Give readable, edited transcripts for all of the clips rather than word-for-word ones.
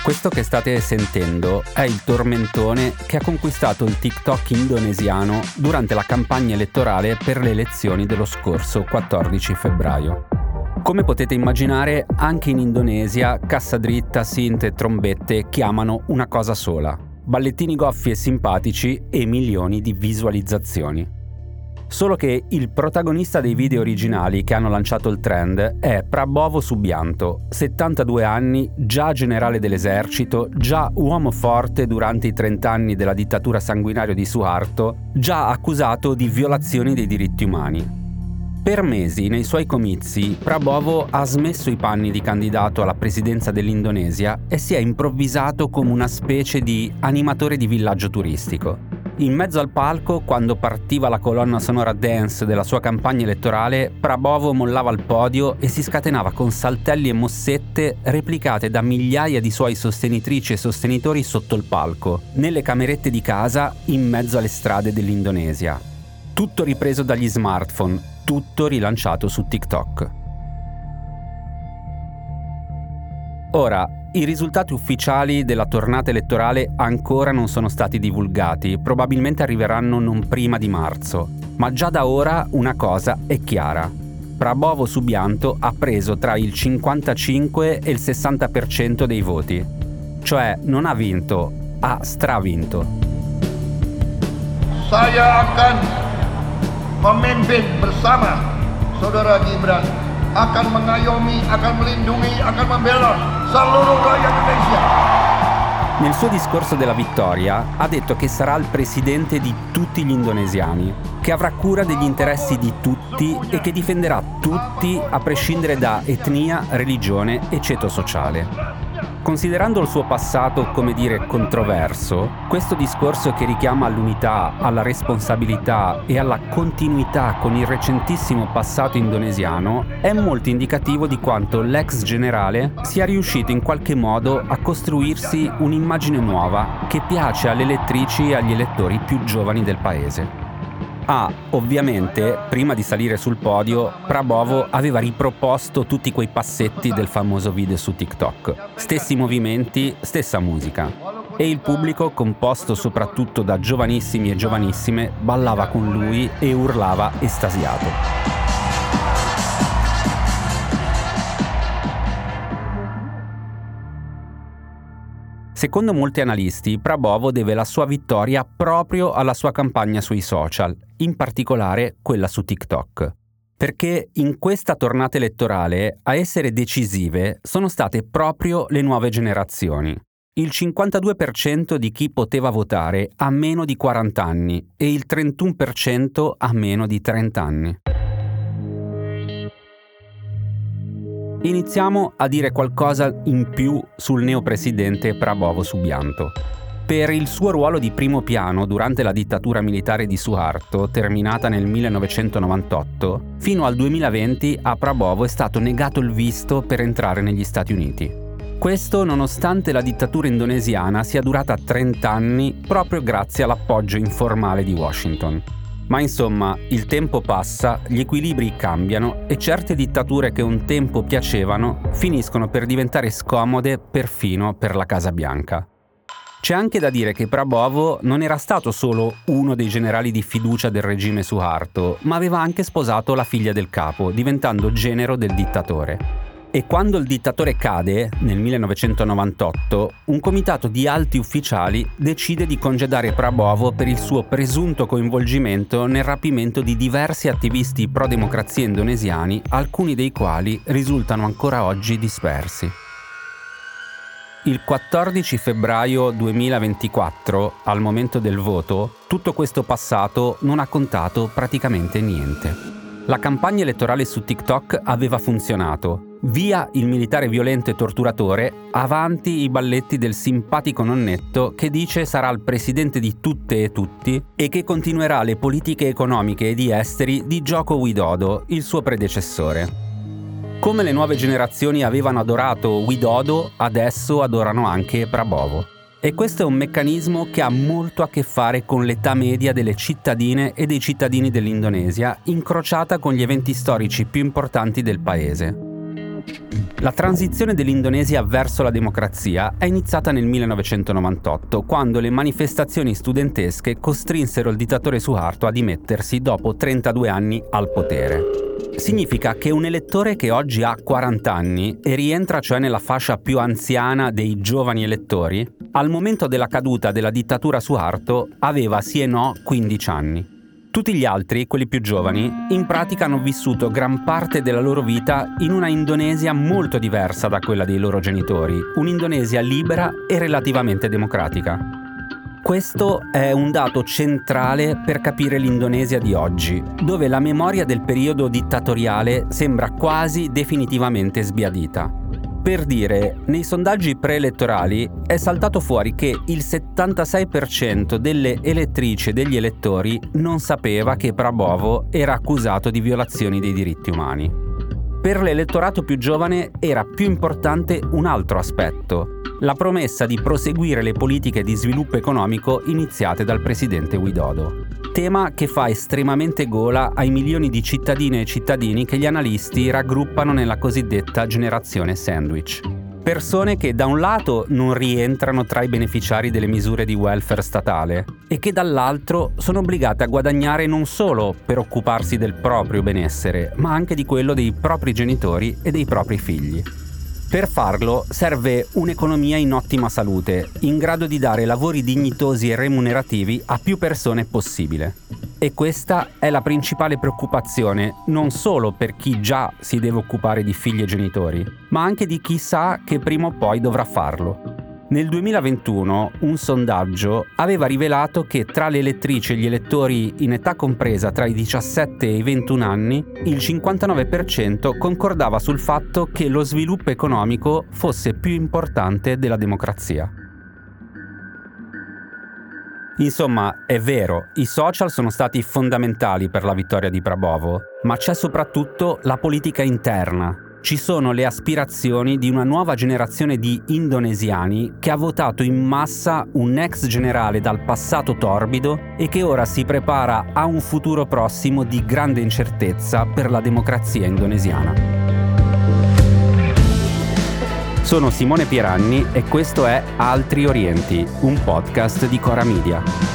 Questo che state sentendo è il tormentone che ha conquistato il TikTok indonesiano durante la campagna elettorale per le elezioni dello scorso 14 febbraio. Come potete immaginare, anche in Indonesia cassa dritta, synth e trombette chiamano una cosa sola: ballettini goffi e simpatici e milioni di visualizzazioni. Solo che il protagonista dei video originali che hanno lanciato il trend è Prabowo Subianto, 72 anni, già generale dell'esercito, già uomo forte durante i 30 anni della dittatura sanguinaria di Suharto, già accusato di violazioni dei diritti umani. Per mesi nei suoi comizi Prabowo ha smesso i panni di candidato alla presidenza dell'Indonesia e si è improvvisato come una specie di animatore di villaggio turistico. In mezzo al palco, quando partiva la colonna sonora dance della sua campagna elettorale, Prabowo mollava il podio e si scatenava con saltelli e mossette replicate da migliaia di suoi sostenitrici e sostenitori sotto il palco, nelle camerette di casa, in mezzo alle strade dell'Indonesia. Tutto ripreso dagli smartphone, tutto rilanciato su TikTok. Ora, i risultati ufficiali della tornata elettorale ancora non sono stati divulgati, probabilmente arriveranno non prima di marzo, ma già da ora una cosa è chiara. Prabowo Subianto ha preso tra il 55 e il 60% dei voti. Cioè non ha vinto, ha stravinto. Saya akan memimpin bersama Saudara Gibran, akan mengayomi, akan melindungi, akan membela seluruh rakyat Indonesia. Nel suo discorso della vittoria ha detto che sarà il presidente di tutti gli indonesiani, che avrà cura degli interessi di tutti e che difenderà tutti a prescindere da etnia, religione e ceto sociale. Considerando il suo passato, come dire, controverso, questo discorso che richiama all'unità, alla responsabilità e alla continuità con il recentissimo passato indonesiano è molto indicativo di quanto l'ex generale sia riuscito in qualche modo a costruirsi un'immagine nuova che piace alle elettrici e agli elettori più giovani del paese. Ovviamente, prima di salire sul podio, Prabowo aveva riproposto tutti quei passetti del famoso video su TikTok. Stessi movimenti, stessa musica. E il pubblico, composto soprattutto da giovanissimi e giovanissime, ballava con lui e urlava estasiato. Secondo molti analisti, Prabowo deve la sua vittoria proprio alla sua campagna sui social, in particolare quella su TikTok. Perché in questa tornata elettorale a essere decisive sono state proprio le nuove generazioni. Il 52% di chi poteva votare ha meno di 40 anni e il 31% ha meno di 30 anni. Iniziamo a dire qualcosa in più sul neopresidente Prabowo Subianto. Per il suo ruolo di primo piano durante la dittatura militare di Suharto, terminata nel 1998, fino al 2020 a Prabowo è stato negato il visto per entrare negli Stati Uniti. Questo nonostante la dittatura indonesiana sia durata 30 anni proprio grazie all'appoggio informale di Washington. Ma insomma, il tempo passa, gli equilibri cambiano e certe dittature che un tempo piacevano finiscono per diventare scomode perfino per la Casa Bianca. C'è anche da dire che Prabowo non era stato solo uno dei generali di fiducia del regime Suharto, ma aveva anche sposato la figlia del capo, diventando genero del dittatore. E quando il dittatore cade, nel 1998, un comitato di alti ufficiali decide di congedare Prabowo per il suo presunto coinvolgimento nel rapimento di diversi attivisti pro-democrazia indonesiani, alcuni dei quali risultano ancora oggi dispersi. Il 14 febbraio 2024, al momento del voto, tutto questo passato non ha contato praticamente niente. La campagna elettorale su TikTok aveva funzionato. Via il militare violento e torturatore, avanti i balletti del simpatico nonnetto che dice sarà il presidente di tutte e tutti e che continuerà le politiche economiche e di esteri di Joko Widodo, il suo predecessore. Come le nuove generazioni avevano adorato Widodo, adesso adorano anche Prabowo. E questo è un meccanismo che ha molto a che fare con l'età media delle cittadine e dei cittadini dell'Indonesia, incrociata con gli eventi storici più importanti del paese. La transizione dell'Indonesia verso la democrazia è iniziata nel 1998, quando le manifestazioni studentesche costrinsero il dittatore Suharto a dimettersi dopo 32 anni al potere. Significa che un elettore che oggi ha 40 anni e rientra cioè nella fascia più anziana dei giovani elettori, al momento della caduta della dittatura Suharto aveva sì e no 15 anni. Tutti gli altri, quelli più giovani, in pratica hanno vissuto gran parte della loro vita in una Indonesia molto diversa da quella dei loro genitori, un'Indonesia libera e relativamente democratica. Questo è un dato centrale per capire l'Indonesia di oggi, dove la memoria del periodo dittatoriale sembra quasi definitivamente sbiadita. Per dire, nei sondaggi preelettorali è saltato fuori che il 76% delle elettrici e degli elettori non sapeva che Prabowo era accusato di violazioni dei diritti umani. Per l'elettorato più giovane era più importante un altro aspetto: la promessa di proseguire le politiche di sviluppo economico iniziate dal presidente Widodo. Tema che fa estremamente gola ai milioni di cittadine e cittadini che gli analisti raggruppano nella cosiddetta generazione sandwich. Persone che da un lato non rientrano tra i beneficiari delle misure di welfare statale e che dall'altro sono obbligate a guadagnare non solo per occuparsi del proprio benessere, ma anche di quello dei propri genitori e dei propri figli. Per farlo serve un'economia in ottima salute, in grado di dare lavori dignitosi e remunerativi a più persone possibile. E questa è la principale preoccupazione, non solo per chi già si deve occupare di figli e genitori, ma anche di chi sa che prima o poi dovrà farlo. Nel 2021 un sondaggio aveva rivelato che tra le elettrici e gli elettori in età compresa tra i 17 e i 21 anni, il 59% concordava sul fatto che lo sviluppo economico fosse più importante della democrazia. Insomma, è vero, i social sono stati fondamentali per la vittoria di Prabowo, ma c'è soprattutto la politica interna. Ci sono le aspirazioni di una nuova generazione di indonesiani che ha votato in massa un ex generale dal passato torbido e che ora si prepara a un futuro prossimo di grande incertezza per la democrazia indonesiana. Sono Simone Pieranni e questo è Altri Orienti, un podcast di Cora Media.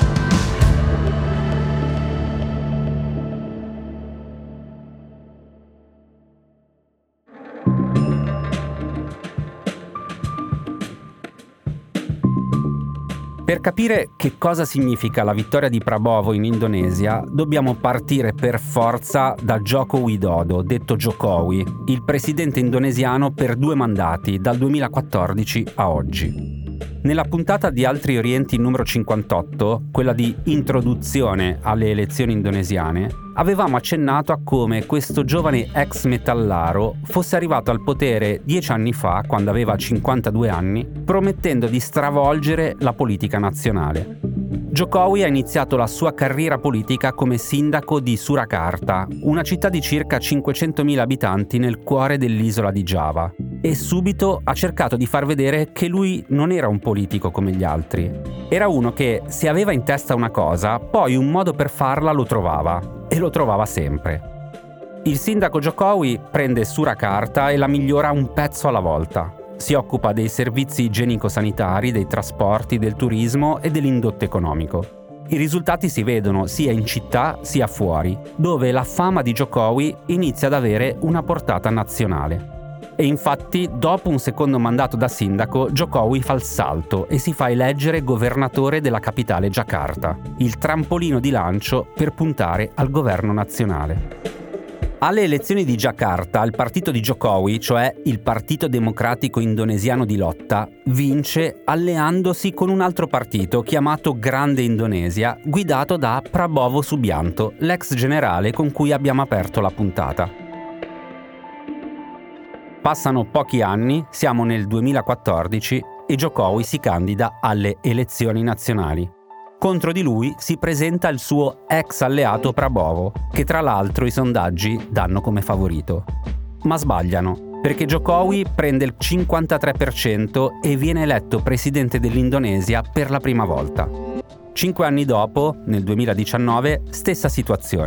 Per capire che cosa significa la vittoria di Prabowo in Indonesia, dobbiamo partire per forza da Joko Widodo, detto Jokowi, il presidente indonesiano per 2 mandati, dal 2014 a oggi. Nella puntata di Altri Orienti numero 58, quella di introduzione alle elezioni indonesiane, avevamo accennato a come questo giovane ex metallaro fosse arrivato al potere 10 anni fa, quando aveva 52 anni, promettendo di stravolgere la politica nazionale. Jokowi ha iniziato la sua carriera politica come sindaco di Surakarta, una città di circa 500.000 abitanti nel cuore dell'isola di Giava, e subito ha cercato di far vedere che lui non era un politico come gli altri. Era uno che, se aveva in testa una cosa, poi un modo per farla lo trovava, e lo trovava sempre. Il sindaco Jokowi prende Surakarta e la migliora un pezzo alla volta. Si occupa dei servizi igienico-sanitari, dei trasporti, del turismo e dell'indotto economico. I risultati si vedono sia in città sia fuori, dove la fama di Jokowi inizia ad avere una portata nazionale. E infatti, dopo un secondo mandato da sindaco, Jokowi fa il salto e si fa eleggere governatore della capitale Giacarta, il trampolino di lancio per puntare al governo nazionale. Alle elezioni di Giacarta, il partito di Jokowi, cioè il Partito Democratico Indonesiano di Lotta, vince alleandosi con un altro partito chiamato Grande Indonesia, guidato da Prabowo Subianto, l'ex generale con cui abbiamo aperto la puntata. Passano pochi anni, siamo nel 2014 e Jokowi si candida alle elezioni nazionali. Contro di lui si presenta il suo ex alleato Prabowo, che tra l'altro i sondaggi danno come favorito. Ma sbagliano, perché Jokowi prende il 53% e viene eletto presidente dell'Indonesia per la prima volta. 5 anni dopo, nel 2019, stessa situazione.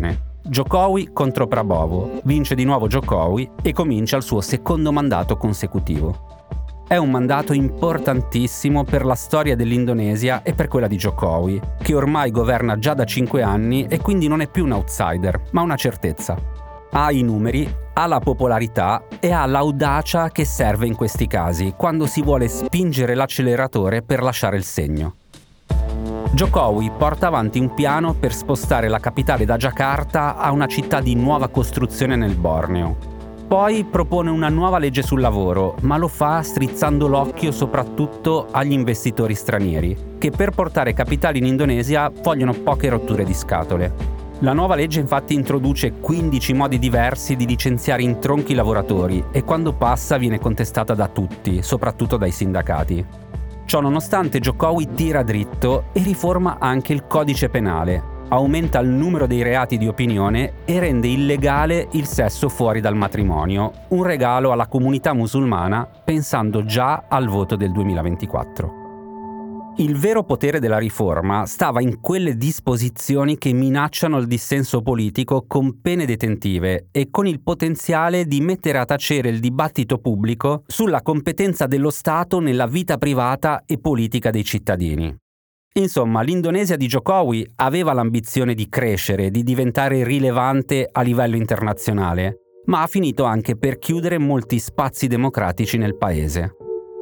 Jokowi contro Prabowo, vince di nuovo Jokowi e comincia il suo secondo mandato consecutivo. È un mandato importantissimo per la storia dell'Indonesia e per quella di Jokowi, che ormai governa già da 5 anni e quindi non è più un outsider, ma una certezza. Ha i numeri, ha la popolarità e ha l'audacia che serve in questi casi, quando si vuole spingere l'acceleratore per lasciare il segno. Jokowi porta avanti un piano per spostare la capitale da Giacarta a una città di nuova costruzione nel Borneo. Poi propone una nuova legge sul lavoro, ma lo fa strizzando l'occhio soprattutto agli investitori stranieri, che per portare capitali in Indonesia vogliono poche rotture di scatole. La nuova legge infatti introduce 15 modi diversi di licenziare in tronchi i lavoratori e quando passa viene contestata da tutti, soprattutto dai sindacati. Ciò nonostante Jokowi tira dritto e riforma anche il codice penale, aumenta il numero dei reati di opinione e rende illegale il sesso fuori dal matrimonio, un regalo alla comunità musulmana pensando già al voto del 2024. Il vero potere della riforma stava in quelle disposizioni che minacciano il dissenso politico con pene detentive e con il potenziale di mettere a tacere il dibattito pubblico sulla competenza dello Stato nella vita privata e politica dei cittadini. Insomma, l'Indonesia di Jokowi aveva l'ambizione di crescere, di diventare rilevante a livello internazionale, ma ha finito anche per chiudere molti spazi democratici nel paese.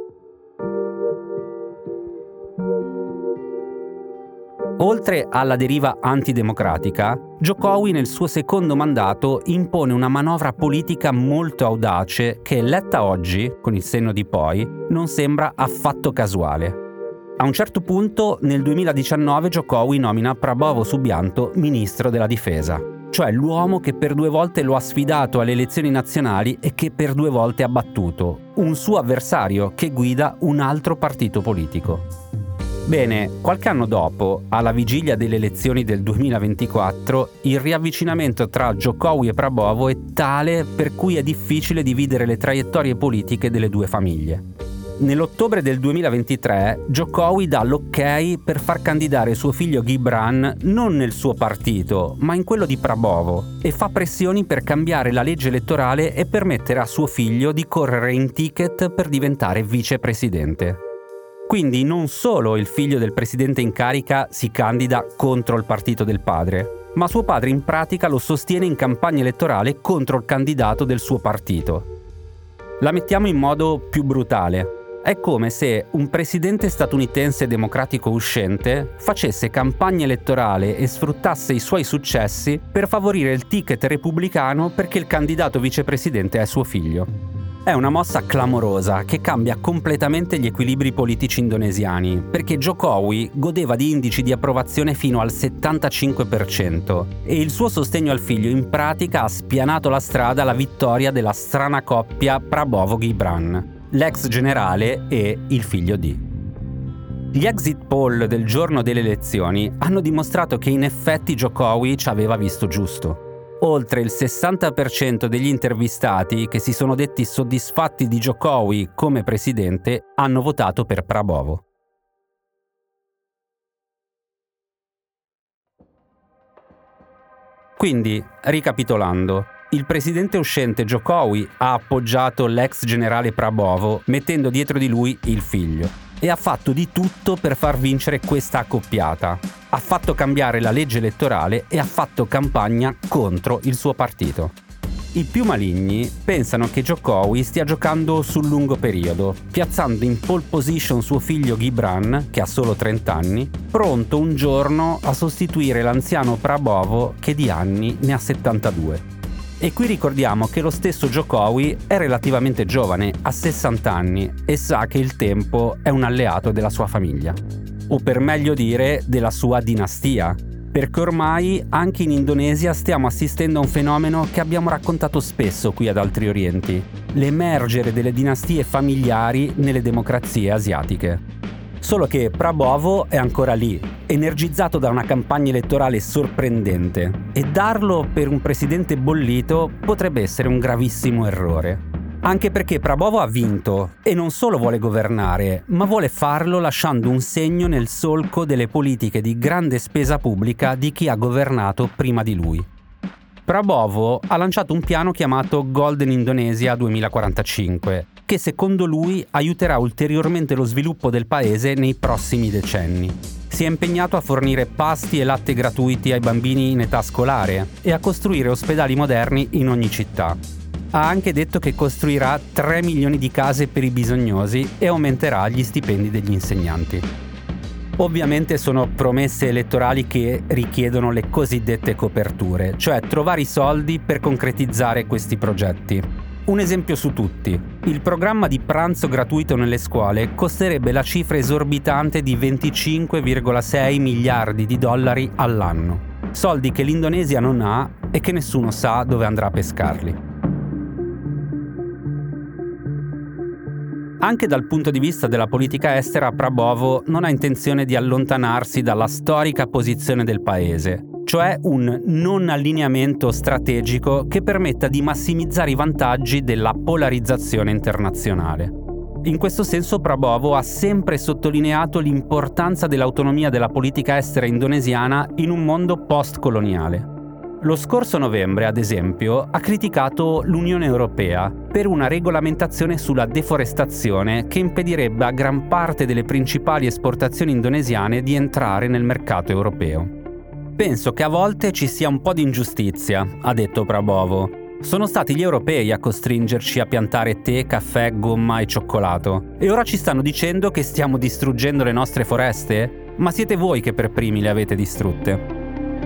Oltre alla deriva antidemocratica, Jokowi nel suo secondo mandato impone una manovra politica molto audace che, letta oggi, con il senno di poi, non sembra affatto casuale. A un certo punto, nel 2019, Jokowi nomina Prabowo Subianto ministro della difesa, cioè l'uomo che per 2 volte lo ha sfidato alle elezioni nazionali e che per 2 volte ha battuto, un suo avversario che guida un altro partito politico. Bene, qualche anno dopo, alla vigilia delle elezioni del 2024, il riavvicinamento tra Jokowi e Prabowo è tale per cui è difficile dividere le traiettorie politiche delle 2 famiglie. Nell'ottobre del 2023 Jokowi dà l'ok per far candidare suo figlio Gibran non nel suo partito, ma in quello di Prabowo e fa pressioni per cambiare la legge elettorale e permettere a suo figlio di correre in ticket per diventare vicepresidente. Quindi non solo il figlio del presidente in carica si candida contro il partito del padre, ma suo padre in pratica lo sostiene in campagna elettorale contro il candidato del suo partito. La mettiamo in modo più brutale. È come se un presidente statunitense democratico uscente facesse campagna elettorale e sfruttasse i suoi successi per favorire il ticket repubblicano perché il candidato vicepresidente è suo figlio. È una mossa clamorosa che cambia completamente gli equilibri politici indonesiani, perché Jokowi godeva di indici di approvazione fino al 75% e il suo sostegno al figlio in pratica ha spianato la strada alla vittoria della strana coppia Prabowo-Gibran, l'ex generale e il figlio di. Gli exit poll del giorno delle elezioni hanno dimostrato che in effetti Jokowi ci aveva visto giusto. Oltre il 60% degli intervistati che si sono detti soddisfatti di Jokowi come presidente hanno votato per Prabowo. Quindi, ricapitolando, il presidente uscente Jokowi ha appoggiato l'ex generale Prabowo mettendo dietro di lui il figlio e ha fatto di tutto per far vincere questa accoppiata. Ha fatto cambiare la legge elettorale e ha fatto campagna contro il suo partito. I più maligni pensano che Jokowi stia giocando sul lungo periodo, piazzando in pole position suo figlio Gibran, che ha solo 30 anni, pronto un giorno a sostituire l'anziano Prabowo che di anni ne ha 72. E qui ricordiamo che lo stesso Jokowi è relativamente giovane, ha 60 anni, e sa che il tempo è un alleato della sua famiglia. O per meglio dire, della sua dinastia. Perché ormai anche in Indonesia stiamo assistendo a un fenomeno che abbiamo raccontato spesso qui ad Altri Orienti: l'emergere delle dinastie familiari nelle democrazie asiatiche. Solo che Prabowo è ancora lì, energizzato da una campagna elettorale sorprendente, e darlo per un presidente bollito potrebbe essere un gravissimo errore. Anche perché Prabowo ha vinto e non solo vuole governare, ma vuole farlo lasciando un segno nel solco delle politiche di grande spesa pubblica di chi ha governato prima di lui. Prabowo ha lanciato un piano chiamato Golden Indonesia 2045, che secondo lui aiuterà ulteriormente lo sviluppo del paese nei prossimi decenni. Si è impegnato a fornire pasti e latte gratuiti ai bambini in età scolare e a costruire ospedali moderni in ogni città. Ha anche detto che costruirà 3 milioni di case per i bisognosi e aumenterà gli stipendi degli insegnanti. Ovviamente sono promesse elettorali che richiedono le cosiddette coperture, cioè trovare i soldi per concretizzare questi progetti. Un esempio su tutti: il programma di pranzo gratuito nelle scuole costerebbe la cifra esorbitante di 25,6 miliardi di dollari all'anno. Soldi che l'Indonesia non ha e che nessuno sa dove andrà a pescarli. Anche dal punto di vista della politica estera, Prabowo non ha intenzione di allontanarsi dalla storica posizione del paese, cioè un non allineamento strategico che permetta di massimizzare i vantaggi della polarizzazione internazionale. In questo senso Prabowo ha sempre sottolineato l'importanza dell'autonomia della politica estera indonesiana in un mondo post-coloniale. Lo scorso novembre, ad esempio, ha criticato l'Unione Europea per una regolamentazione sulla deforestazione che impedirebbe a gran parte delle principali esportazioni indonesiane di entrare nel mercato europeo. Penso che a volte ci sia un po' di ingiustizia, ha detto Prabowo. Sono stati gli europei a costringerci a piantare tè, caffè, gomma e cioccolato. E ora ci stanno dicendo che stiamo distruggendo le nostre foreste? Ma siete voi che per primi le avete distrutte.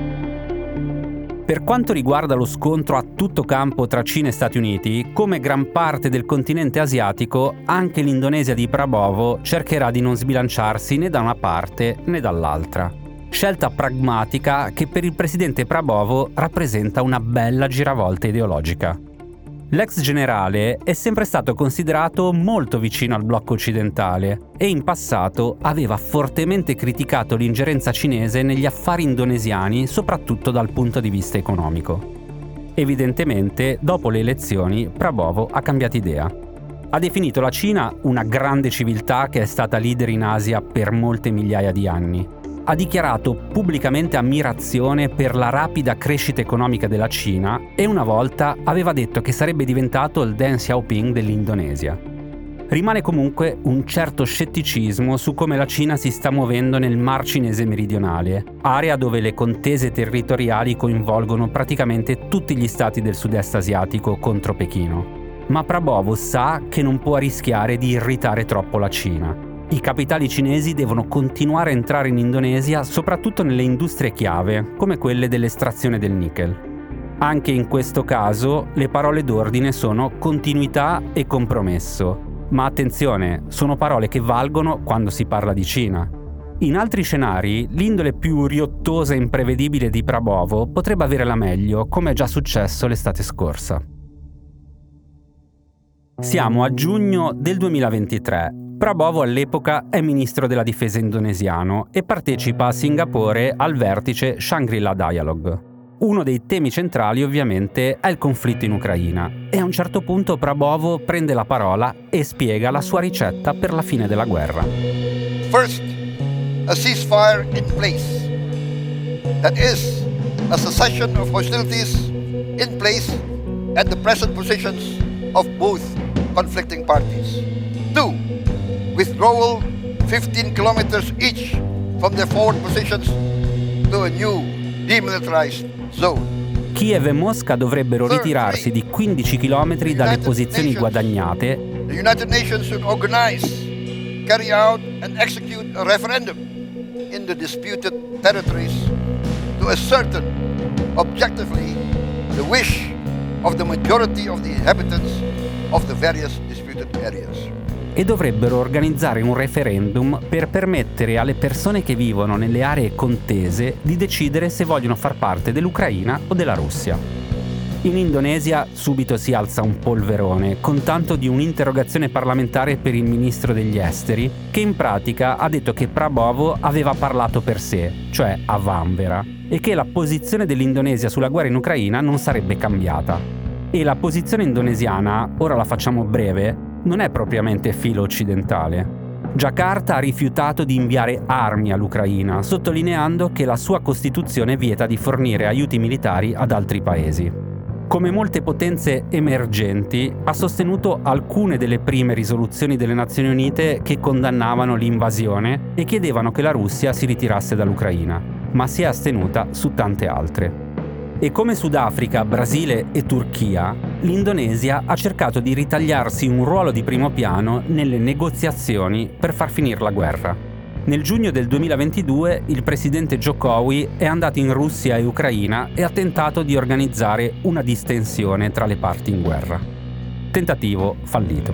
Per quanto riguarda lo scontro a tutto campo tra Cina e Stati Uniti, come gran parte del continente asiatico, anche l'Indonesia di Prabowo cercherà di non sbilanciarsi né da una parte né dall'altra. Scelta pragmatica che per il presidente Prabowo rappresenta una bella giravolta ideologica. L'ex generale è sempre stato considerato molto vicino al blocco occidentale e in passato aveva fortemente criticato l'ingerenza cinese negli affari indonesiani, soprattutto dal punto di vista economico. Evidentemente, dopo le elezioni, Prabowo ha cambiato idea. Ha definito la Cina una grande civiltà che è stata leader in Asia per molte migliaia di anni. Ha dichiarato pubblicamente ammirazione per la rapida crescita economica della Cina e una volta aveva detto che sarebbe diventato il Deng Xiaoping dell'Indonesia. Rimane comunque un certo scetticismo su come la Cina si sta muovendo nel Mar Cinese meridionale, area dove le contese territoriali coinvolgono praticamente tutti gli stati del sud-est asiatico contro Pechino. Ma Prabowo sa che non può rischiare di irritare troppo la Cina. I capitali cinesi devono continuare a entrare in Indonesia, soprattutto nelle industrie chiave, come quelle dell'estrazione del nickel. Anche in questo caso, le parole d'ordine sono continuità e compromesso. Ma attenzione, sono parole che valgono quando si parla di Cina. In altri scenari, l'indole più riottosa e imprevedibile di Prabowo potrebbe avere la meglio, come è già successo l'estate scorsa. Siamo a giugno del 2023. Prabowo all'epoca è ministro della difesa indonesiano e partecipa a Singapore al vertice Shangri-La Dialogue. Uno dei temi centrali ovviamente è il conflitto in Ucraina e a un certo punto Prabowo prende la parola e spiega la sua ricetta per la fine della guerra. First, a ceasefire in place. That is, a cessation of hostilities in place at the present positions of both conflicting parties. 2. Withdrawal 15 kilometers each from their forward positions to a new demilitarized zone. Kiev e Mosca dovrebbero ritirarsi di 15 km dalle posizioni guadagnate. The United Nations should organize, carry out and execute a referendum in the disputed territories to ascertain objectively the wish of the majority of the inhabitants of the various disputed areas. E dovrebbero organizzare un referendum per permettere alle persone che vivono nelle aree contese di decidere se vogliono far parte dell'Ucraina o della Russia. In Indonesia subito si alza un polverone, con tanto di un'interrogazione parlamentare per il ministro degli esteri, che in pratica ha detto che Prabowo aveva parlato per sé, cioè a vanvera, e che la posizione dell'Indonesia sulla guerra in Ucraina non sarebbe cambiata. E la posizione indonesiana, ora la facciamo breve, non è propriamente filo occidentale. Giacarta ha rifiutato di inviare armi all'Ucraina, sottolineando che la sua Costituzione vieta di fornire aiuti militari ad altri paesi. Come molte potenze emergenti, ha sostenuto alcune delle prime risoluzioni delle Nazioni Unite che condannavano l'invasione e chiedevano che la Russia si ritirasse dall'Ucraina, ma si è astenuta su tante altre. E come Sudafrica, Brasile e Turchia, l'Indonesia ha cercato di ritagliarsi un ruolo di primo piano nelle negoziazioni per far finire la guerra. Nel giugno del 2022 il presidente Jokowi è andato in Russia e Ucraina e ha tentato di organizzare una distensione tra le parti in guerra. Tentativo fallito.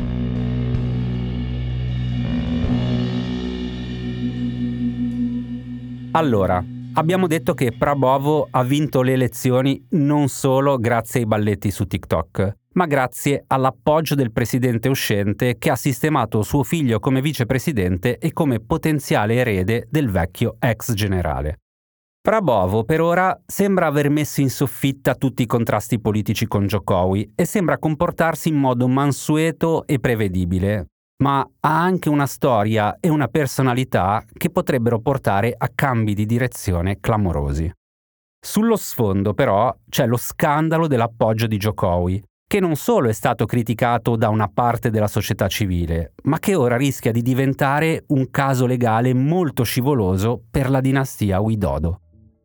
Allora, abbiamo detto che Prabowo ha vinto le elezioni non solo grazie ai balletti su TikTok, ma grazie all'appoggio del presidente uscente che ha sistemato suo figlio come vicepresidente e come potenziale erede del vecchio ex generale. Prabowo per ora sembra aver messo in soffitta tutti i contrasti politici con Jokowi e sembra comportarsi in modo mansueto e prevedibile, ma ha anche una storia e una personalità che potrebbero portare a cambi di direzione clamorosi. Sullo sfondo, però, c'è lo scandalo dell'appoggio di Jokowi, che non solo è stato criticato da una parte della società civile, ma che ora rischia di diventare un caso legale molto scivoloso per la dinastia Widodo.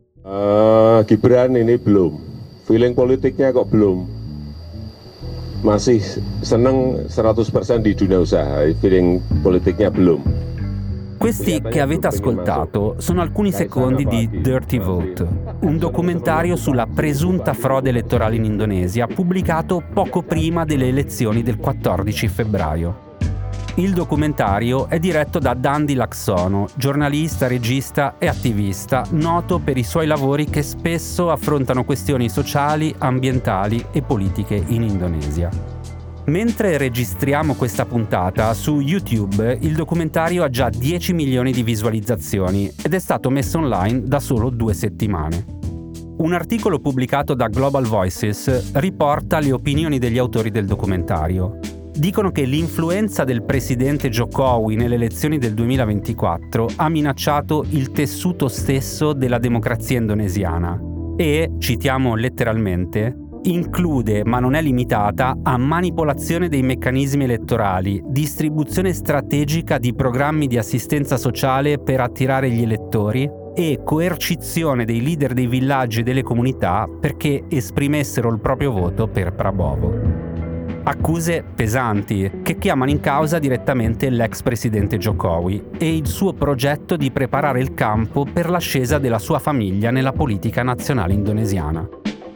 Gibran ini belum, feeling politiknya kok belum. Masih seneng 100% di dunia usaha, feeling politiknya belum. Questi che avete ascoltato sono alcuni secondi di Dirty Vote, un documentario sulla presunta frode elettorale in Indonesia pubblicato poco prima delle elezioni del 14 febbraio. Il documentario è diretto da Dandi Laksono, giornalista, regista e attivista, noto per i suoi lavori che spesso affrontano questioni sociali, ambientali e politiche in Indonesia. Mentre registriamo questa puntata, su YouTube il documentario ha già 10 milioni di visualizzazioni ed è stato messo online da solo 2 settimane. Un articolo pubblicato da Global Voices riporta le opinioni degli autori del documentario. Dicono che l'influenza del presidente Jokowi nelle elezioni del 2024 ha minacciato il tessuto stesso della democrazia indonesiana e, citiamo letteralmente, include, ma non è limitata, a manipolazione dei meccanismi elettorali, distribuzione strategica di programmi di assistenza sociale per attirare gli elettori e coercizione dei leader dei villaggi e delle comunità perché esprimessero il proprio voto per Prabowo. Accuse pesanti che chiamano in causa direttamente l'ex presidente Jokowi e il suo progetto di preparare il campo per l'ascesa della sua famiglia nella politica nazionale indonesiana.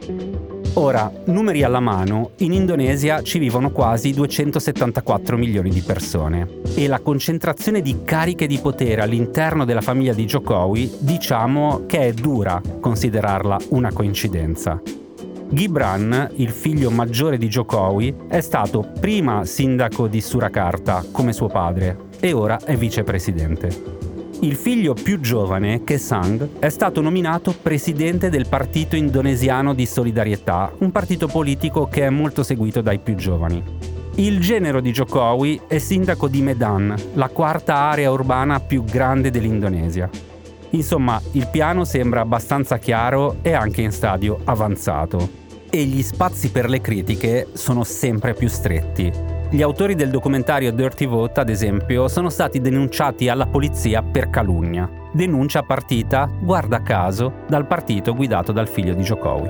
Ora, numeri alla mano, in Indonesia ci vivono quasi 274 milioni di persone e la concentrazione di cariche di potere all'interno della famiglia di Jokowi diciamo che è dura considerarla una coincidenza. Gibran, il figlio maggiore di Jokowi, è stato prima sindaco di Surakarta, come suo padre, e ora è vicepresidente. Il figlio più giovane, Kaesang, è stato nominato presidente del Partito Indonesiano di Solidarietà, un partito politico che è molto seguito dai più giovani. Il genero di Jokowi è sindaco di Medan, la quarta area urbana più grande dell'Indonesia. Insomma, il piano sembra abbastanza chiaro e anche in stadio avanzato. E gli spazi per le critiche sono sempre più stretti. Gli autori del documentario Dirty Vote, ad esempio, sono stati denunciati alla polizia per calunnia. Denuncia partita, guarda caso, dal partito guidato dal figlio di Jokowi.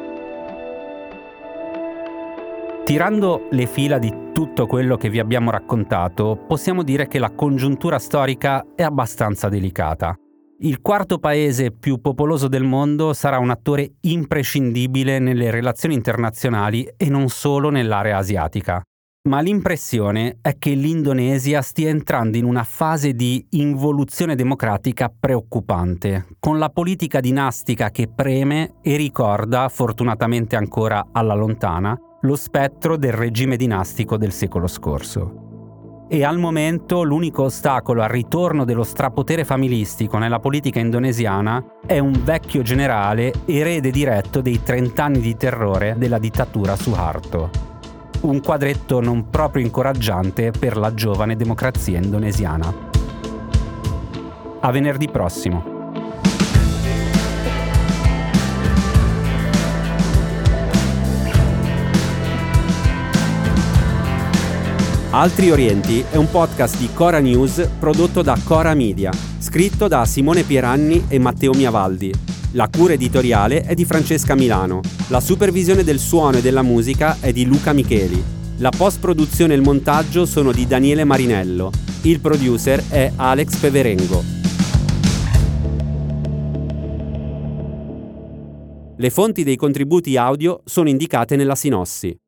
Tirando le fila di tutto quello che vi abbiamo raccontato, possiamo dire che la congiuntura storica è abbastanza delicata. Il quarto paese più popoloso del mondo sarà un attore imprescindibile nelle relazioni internazionali e non solo nell'area asiatica. Ma l'impressione è che l'Indonesia stia entrando in una fase di involuzione democratica preoccupante, con la politica dinastica che preme e ricorda, fortunatamente ancora alla lontana, lo spettro del regime dinastico del secolo scorso. E al momento l'unico ostacolo al ritorno dello strapotere familistico nella politica indonesiana è un vecchio generale erede diretto dei 30 anni di terrore della dittatura Suharto. Un quadretto non proprio incoraggiante per la giovane democrazia indonesiana. A venerdì prossimo. Altri Orienti è un podcast di Cora News prodotto da Cora Media, scritto da Simone Pieranni e Matteo Miavaldi. La cura editoriale è di Francesca Milano. La supervisione del suono e della musica è di Luca Micheli. La post-produzione e il montaggio sono di Daniele Marinello. Il producer è Alex Peverengo. Le fonti dei contributi audio sono indicate nella sinossi.